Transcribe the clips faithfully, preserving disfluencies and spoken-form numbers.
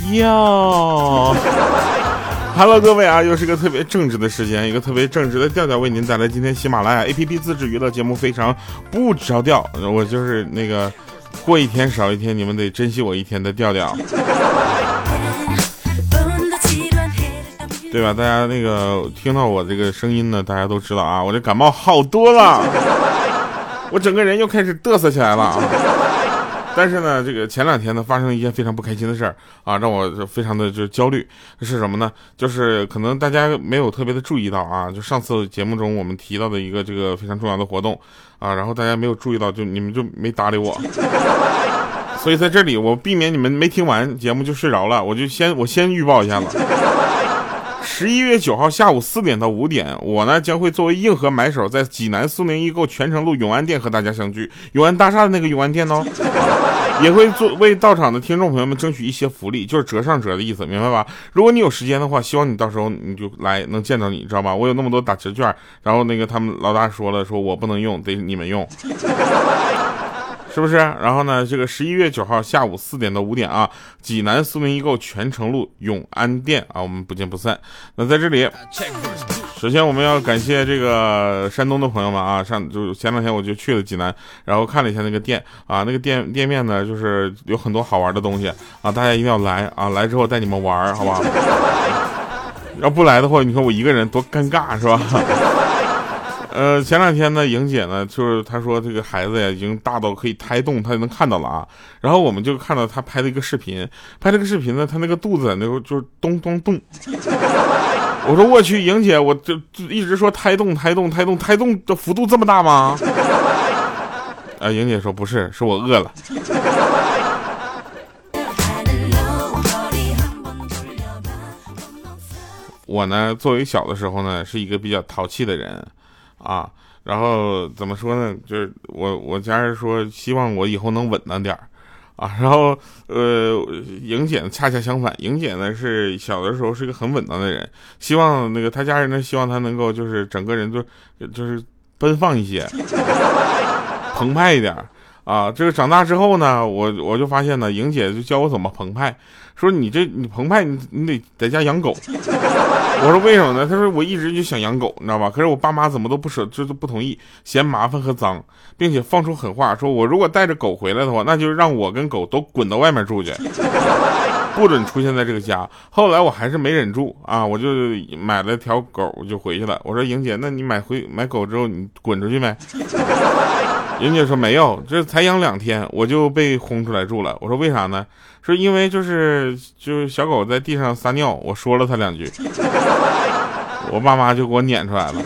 哟，Hello， 各位啊，又是个特别正直的时间，一个特别正直的调调为您带来今天喜马拉雅 A P P 自制娱乐节目，非常不着调。我就是那个过一天少一天，你们得珍惜我一天的调调，对吧？大家那个听到我这个声音呢，大家都知道啊，我这感冒好多了，我整个人又开始嘚瑟起来了啊。但是呢，这个前两天呢发生了一件非常不开心的事儿啊，让我非常的就焦虑。是什么呢？就是可能大家没有特别的注意到啊，就上次节目中我们提到的一个这个非常重要的活动啊，然后大家没有注意到，就你们就没搭理我。所以在这里我避免你们没听完节目就睡着了，我就先我先预报一下了。十一月九号下午四点到五点，我呢将会作为硬核买手，在济南苏宁易购泉城路永安店和大家相聚。永安大厦的那个永安店哦，也会做为到场的听众朋友们争取一些福利，就是折上折的意思，明白吧？如果你有时间的话，希望你到时候你就来能见到你，知道吧？我有那么多打折券，然后那个他们老大说了，说我不能用，得你们用。是不是？然后呢，这个十一月九号下午四点到五点啊，济南苏宁易购泉城路永安店啊，我们不见不散。那在这里，首先我们要感谢这个山东的朋友们啊，上就前两天我就去了济南，然后看了一下那个店啊，那个店店面呢，就是有很多好玩的东西啊，大家一定要来啊，来之后带你们玩，好吧？要不来的话，你说我一个人多尴尬，是吧？呃，前两天呢，莹姐呢，就是她说这个孩子呀，已经大到可以胎动，她就能看到了啊。然后我们就看到她拍了一个视频，拍这个视频呢，她那个肚子那时候就是咚咚咚。我说我去，莹姐，我就就一直说胎动胎动胎动胎动的幅度这么大吗？啊，莹姐说不是，是我饿了。我呢，作为小的时候呢，是一个比较淘气的人。啊，然后怎么说呢？就是我我家人说希望我以后能稳当点儿啊，然后呃，莹姐呢恰恰相反，莹姐呢是小的时候是一个很稳当的人，希望那个她家人呢希望她能够就是整个人就就是奔放一些，澎湃一点啊。这个长大之后呢，我我就发现呢，莹姐就教我怎么澎湃，说你这你澎湃你你得在家养狗。我说为什么呢？他说我一直就想养狗，你知道吧？可是我爸妈怎么都不舍，就是不同意，嫌麻烦和脏，并且放出狠话，说我如果带着狗回来的话，那就让我跟狗都滚到外面住去，不准出现在这个家。后来我还是没忍住啊，我就买了条狗就回去了。我说莹姐，那你买回买狗之后你滚出去没？莹姐说没有，这才养两天我就被轰出来住了。我说为啥呢？说因为就是就是小狗在地上撒尿，我说了它两句，我爸妈就给我撵出来了。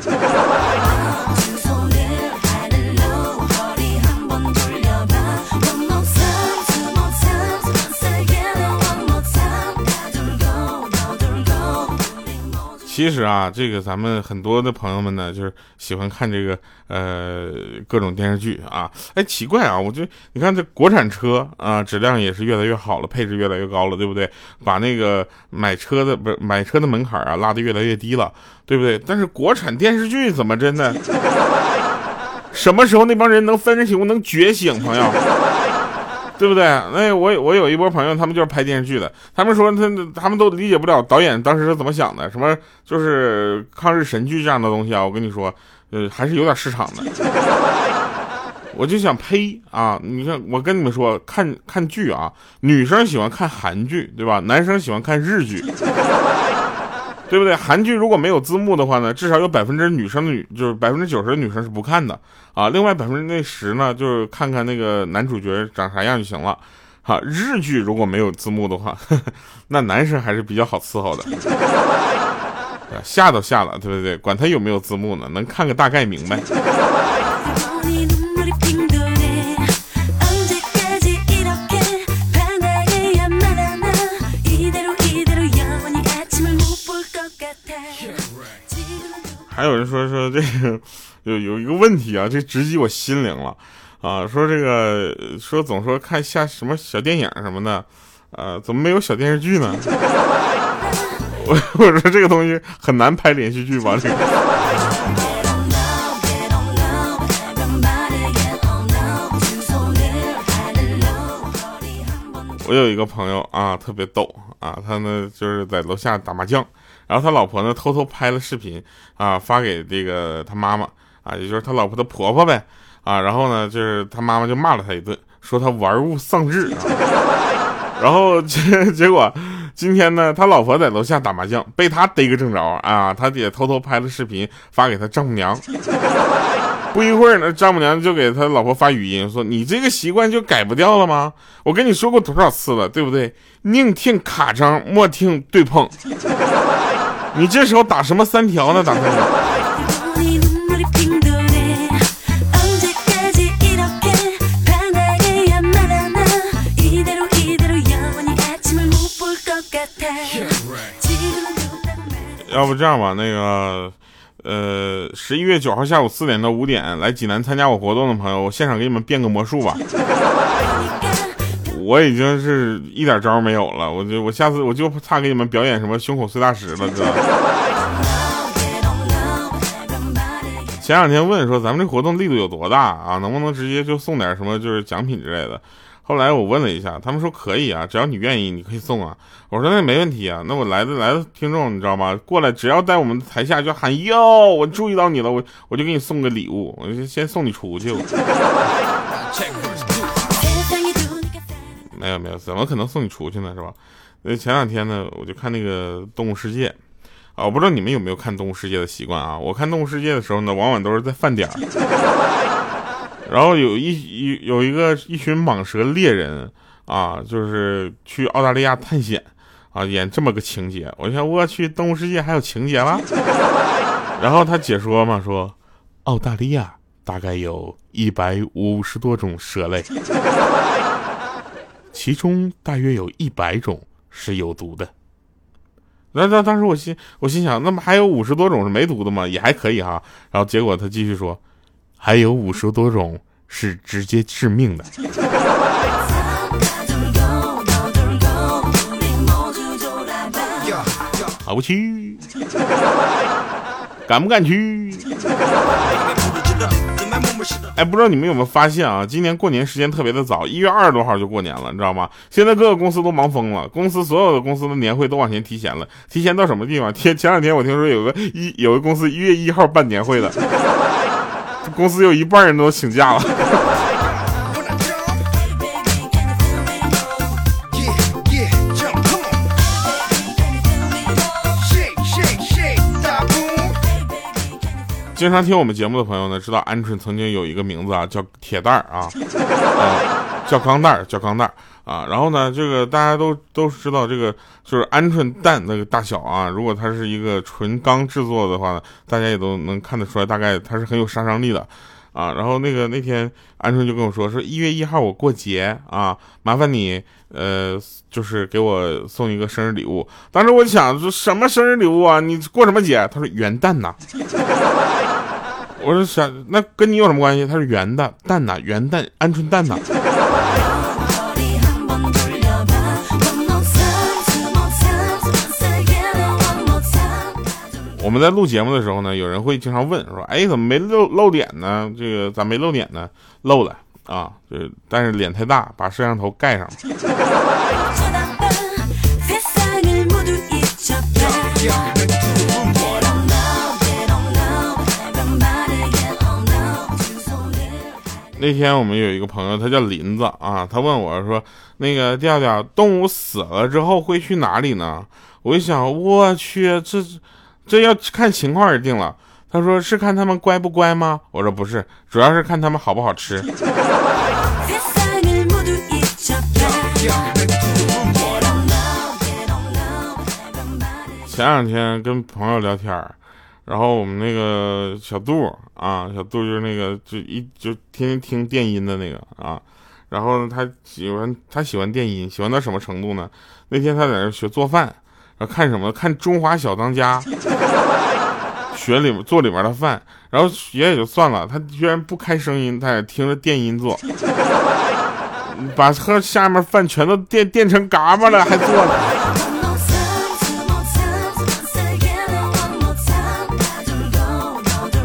其实啊，这个咱们很多的朋友们呢，就是喜欢看这个呃各种电视剧啊。哎，奇怪啊，我就你看这国产车啊，质量也是越来越好了，配置越来越高了，对不对？把那个买车的不是买车的门槛啊拉得越来越低了，对不对？但是国产电视剧怎么真的？什么时候那帮人能分得清，能觉醒，朋友？对不对？那我我有一波朋友，他们就是拍电视剧的，他们说他他们都理解不了导演当时是怎么想的，什么就是抗日神剧这样的东西啊，我跟你说，呃，还是有点市场的。我就想呸啊！你看，我跟你们说，看看剧啊，女生喜欢看韩剧，对吧？男生喜欢看日剧。对不对？韩剧如果没有字幕的话呢，至少有百分之女生的女，就是百分之九十的女生是不看的啊。另外百分之那十呢，就是看看那个男主角长啥样就行了。好，日剧如果没有字幕的话，呵呵，那男生还是比较好伺候的。下都下了，对不对？管他有没有字幕呢，能看个大概明白。还有人说说这个有有一个问题啊，这直击我心灵了啊！说这个说总说看下什么小电影什么的，呃，怎么没有小电视剧呢？我我说这个东西很难拍连续剧吧？这个。 我有一个朋友啊，特别逗啊，他呢就是在楼下打麻将，然后他老婆呢偷偷拍了视频啊，发给这个他妈妈啊，也就是他老婆的婆婆呗啊，然后呢就是他妈妈就骂了他一顿，说他玩物丧志啊，然后结结果今天呢他老婆在楼下打麻将，被他逮个正着啊，他也偷偷拍了视频发给他丈母娘。不一会儿呢，丈母娘就给他老婆发语音说：“你这个习惯就改不掉了吗？我跟你说过多少次了，对不对？宁听卡张，莫听对碰。你这时候打什么三条呢？打三条。”要不这样吧，那个。呃，十一月九号下午四点到五点来济南参加我活动的朋友，我现场给你们变个魔术吧。我已经是一点招没有了，我就我下次我就差给你们表演什么胸口碎大石了，哥。前两天问说咱们这活动力度有多大啊，能不能直接就送点什么就是奖品之类的。后来我问了一下，他们说可以啊，只要你愿意，你可以送啊。我说那没问题啊，那我来的来的听众你知道吗？过来只要在我们台下就喊哟，我注意到你了，我我就给你送个礼物，我就先送你出去。没有没有，怎么可能送你出去呢，是吧？那前两天呢，我就看那个《动物世界》啊，我不知道你们有没有看《动物世界》的习惯啊？我看《动物世界》的时候呢，往往都是在饭点儿。然后有一一有一个一群蟒蛇猎人啊，就是去澳大利亚探险啊，演这么个情节。我想我去动物世界还有情节了。然后他解说嘛，说澳大利亚大概有一百五十多种蛇类，其中大约有一百种是有毒的。那那当时我心我心想，那么还有五十多种是没毒的吗？也还可以哈。然后结果他继续说。还有五十多种是直接致命的。好不去？敢不敢去？哎，不知道你们有没有发现啊？今年过年时间特别的早，一月二十多号就过年了，你知道吗？现在各个公司都忙疯了，公司所有的公司的年会都往前提前了，提前到什么地方？前前两天我听说有个一有个公司一月一号办年会的。公司有一半人都请假了。经常听我们节目的朋友呢，知道鹌鹑曾经有一个名字啊，叫铁蛋儿啊，啊，叫钢蛋儿，叫钢蛋儿啊。然后呢，这个大家都都知道，这个就是鹌鹑蛋那个大小啊，如果它是一个纯钢制作的话呢，大家也都能看得出来，大概它是很有杀伤力的。啊，然后那个那天鹌鹑就跟我说，说一月一号我过节啊，麻烦你呃，就是给我送一个生日礼物。当时我想说什么生日礼物啊？你过什么节？他说元旦呐。我说想那跟你有什么关系？他说元的蛋呐，元旦鹌鹑蛋呐。我们在录节目的时候呢，有人会经常问说，哎，怎么没露露脸呢？这个咋没露脸呢？露了啊，这但是脸太大，把摄像头盖上了。那天我们有一个朋友，他叫林子啊，他问我说，那个调调，动物死了之后会去哪里呢？我一想，我去，这这要看情况而定了。他说是看他们乖不乖吗？我说不是，主要是看他们好不好吃。前两天跟朋友聊天，然后我们那个小杜啊，小杜就是那个就一就天天听电音的那个啊，然后他喜欢他喜欢电音，喜欢到什么程度呢？那天他在那学做饭，然后看什么？看《中华小当家》，学里面做里面的饭，然后学也就算了，他居然不开声音，他也听着电音做，把喝下面饭全都电电成嘎巴了，还做了。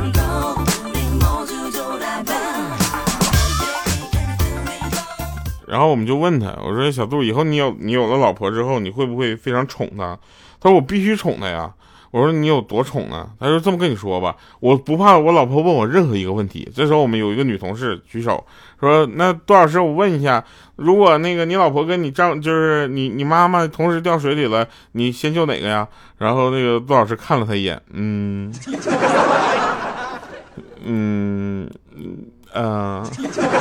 然然后我们就问他，我说小杜，以后你有你有了老婆之后，你会不会非常宠她？他说我必须宠她呀。我说你有多宠呢？他说这么跟你说吧，我不怕我老婆问我任何一个问题。这时候我们有一个女同事举手说，那杜老师，我问一下，如果那个你老婆跟你丈就是你你妈妈同时掉水里了，你先救哪个呀？然后那个杜老师看了他一眼，嗯嗯嗯、呃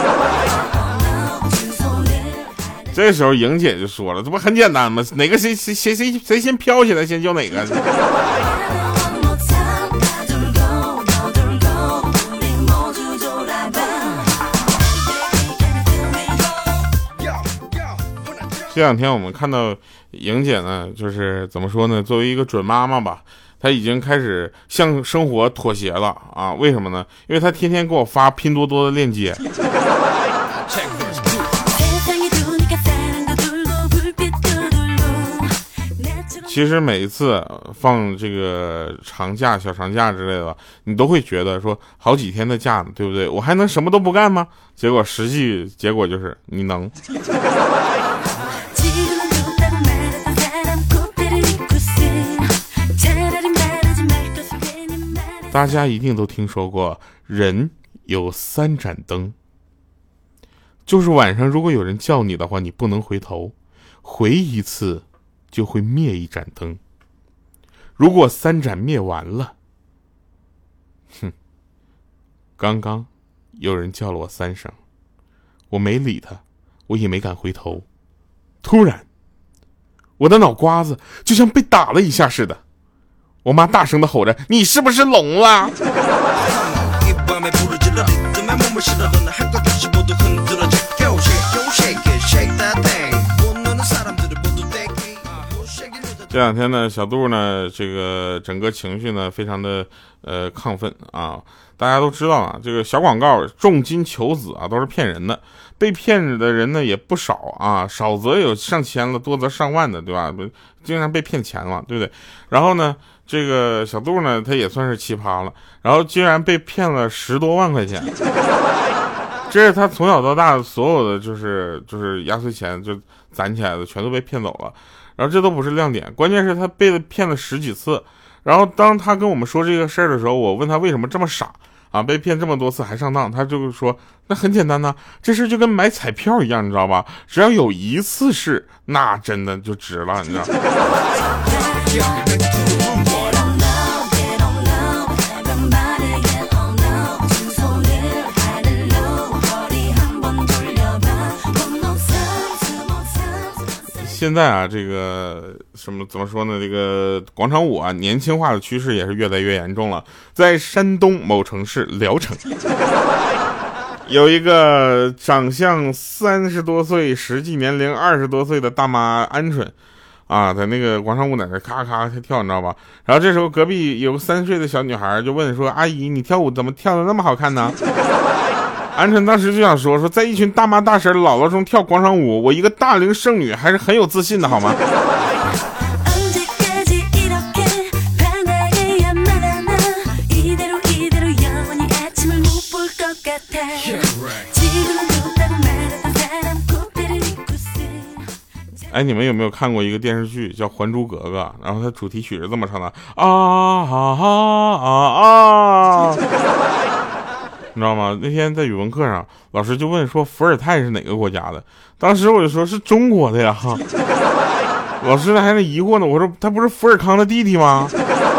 这时候莹姐就说了，这不很简单吗？哪个谁谁谁谁谁先飘起来先救哪个。这两天我们看到莹姐呢，就是怎么说呢，作为一个准妈妈吧，她已经开始向生活妥协了啊。为什么呢？因为她天天给我发拼多多的链接。其实每一次放这个长假、小长假之类的，你都会觉得说好几天的假呢，对不对？我还能什么都不干吗？结果实际结果就是你能。大家一定都听说过，人有三盏灯，就是晚上如果有人叫你的话，你不能回头，回一次就会灭一盏灯。如果三盏灭完了，哼，刚刚有人叫了我三声，我没理他，我也没敢回头。突然，我的脑瓜子就像被打了一下似的，我妈大声的吼着：“你是不是聋了？”这两天呢，小杜呢，这个整个情绪呢，非常的呃亢奋啊。大家都知道啊，这个小广告重金求子啊，都是骗人的，被骗的人呢也不少啊，少则有上千了，多则上万的，对吧？经常被骗钱了，对不对？然后呢，这个小杜呢，他也算是奇葩了，然后居然被骗了十多万块钱。这是他从小到大所有的就是就是压岁钱就攒起来的，全都被骗走了。然后这都不是亮点，关键是他被骗了十几次。然后当他跟我们说这个事儿的时候，我问他为什么这么傻啊，被骗这么多次还上当，他就说那很简单呢，这事就跟买彩票一样，你知道吧？只要有一次是，那真的就值了，你知道吗？现在啊，这个什么怎么说呢？这个广场舞啊，年轻化的趋势也是越来越严重了。在山东某城市聊城，有一个长相三十多岁、实际年龄二十多岁的大妈鹌鹑啊，在那个广场舞在那咔咔跳，你知道吧？然后这时候隔壁有个三岁的小女孩就问说：“阿姨，你跳舞怎么跳的那么好看呢？”鹌鹑当时就想说说，在一群大妈大婶姥姥中跳广场舞，我一个大龄剩女还是很有自信的，好吗？哎，你们有没有看过一个电视剧叫《还珠格格》？然后它主题曲是这么唱的：啊啊啊啊！你知道吗？那天在语文课上，老师就问说伏尔泰是哪个国家的，当时我就说是中国的呀。老师还在疑惑呢，我说他不是伏尔康的弟弟吗？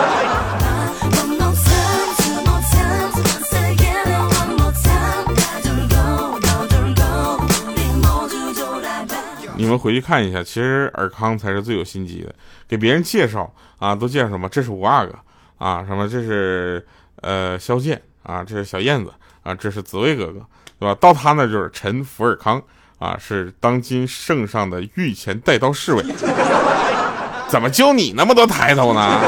你们回去看一下，其实尔康才是最有心机的，给别人介绍啊，都介绍什么？这是五阿哥啊，什么这是呃萧剑啊，这是小燕子啊，这是紫薇哥哥，对吧？到他那就是陈福尔康啊，是当今圣上的御前带刀侍卫。怎么就你那么多抬头呢？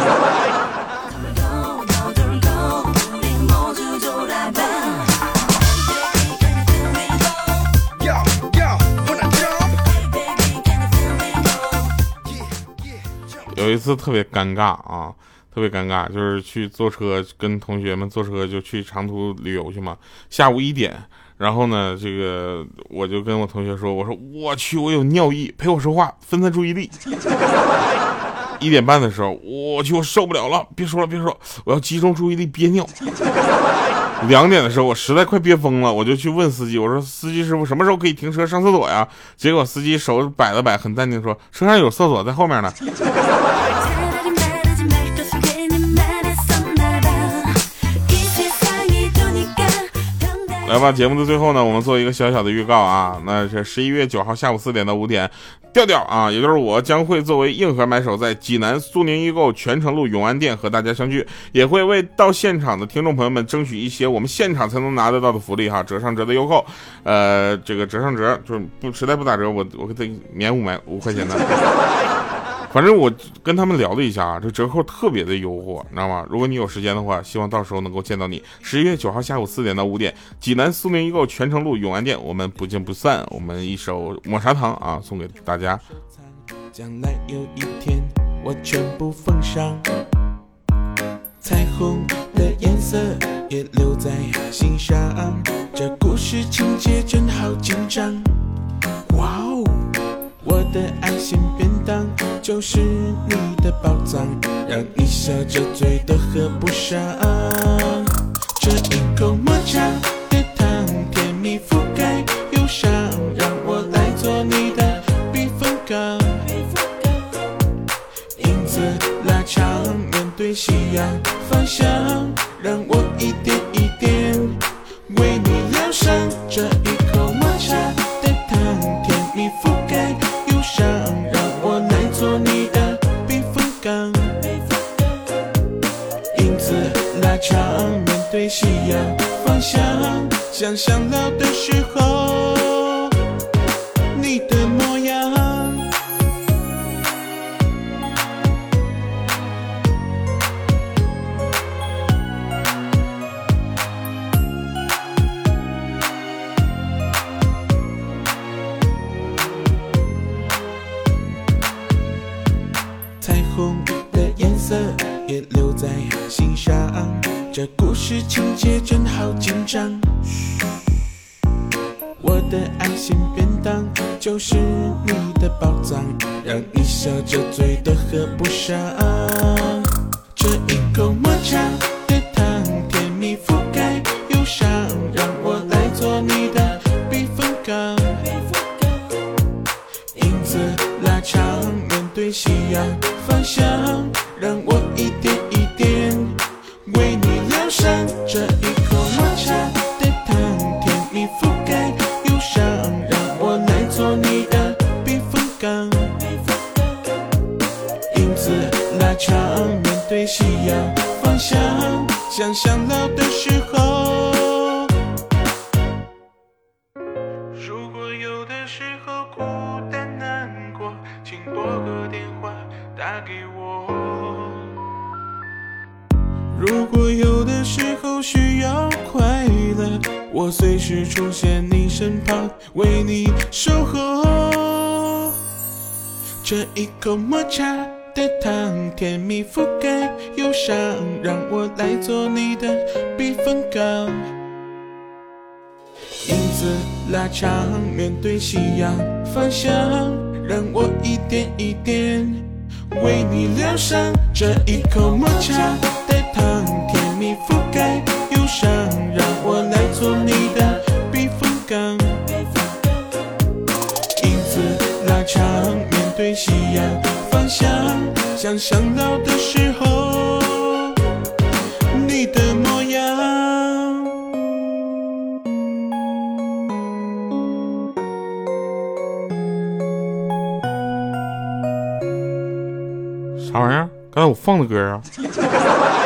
有一次特别尴尬啊，特别尴尬，就是去坐车，跟同学们坐车就去长途旅游去嘛。下午一点， 然后呢，这个我就跟我同学说，我说我去，我有尿意，陪我说话，分散注意力。一点半的时候，我去，我受不了了，别说了，别说了，我要集中注意力憋尿。两点的时候，我实在快憋疯了，我就去问司机，我说司机师傅什么时候可以停车上厕所呀？结果司机手摆了摆，很淡定说，车上有厕所在后面呢。来吧，节目的最后呢，我们做一个小小的预告啊。那是十一月九号下午四点到五点，调调啊，也就是我将会作为硬核买手，在济南苏宁易购泉城路永安店和大家相聚，也会为到现场的听众朋友们争取一些我们现场才能拿得到的福利哈，折上折的优扣，呃，这个折上折就是不实在不打折，我我给他免五买五块钱的。反正我跟他们聊了一下啊，这折扣特别的优惠，你知道吗？如果你有时间的话，希望到时候能够见到你。十一月九号下午四点到五点，济南苏宁易购泉城路永安店，我们不见不散。我们一首抹茶糖啊，送给大家。 将来有一天，我全部奉上，彩虹的颜色也留在心上。这故事情节真好紧张，哇哦！我的爱心便当就是你的宝藏，让你笑着嘴都合不上。这一口抹茶的糖，甜蜜覆盖忧伤，让我来做你的避风港。影子拉长，面对夕阳方向，让我一点一点为你疗伤。这一口抹茶的糖，甜蜜覆盖让我来做你的避风港。影子拉长，面对夕阳方向，想想老的时候你的模样。彩虹的颜色也留在心上，这故事情节真好紧张。我的爱心便当就是你的宝藏，让你笑着嘴都合不上。这一口抹茶的糖，甜蜜覆盖忧伤，让我来做你的避风港。影子拉长，面对夕阳方向，让我一点一点为你疗伤。这一口抹茶的糖，甜蜜覆盖忧伤，让我来做你的避风港。影子拉长，面对夕阳方向，想想老的时候。如果有的时候孤单难过，请拨个电话打给我。如果有的时候需要快乐，我随时出现你身旁，为你守候。这一口抹茶的糖，甜蜜覆盖忧伤，让我来做你的避风港。影子拉长，面对夕阳方向，让我一点一点为你疗伤。这一口抹茶的糖，甜蜜覆盖忧伤，让我来做你的避风港。影子拉长，面对夕阳方向，想想老的时候你的模样。 啥玩意儿？刚才我放的歌啊。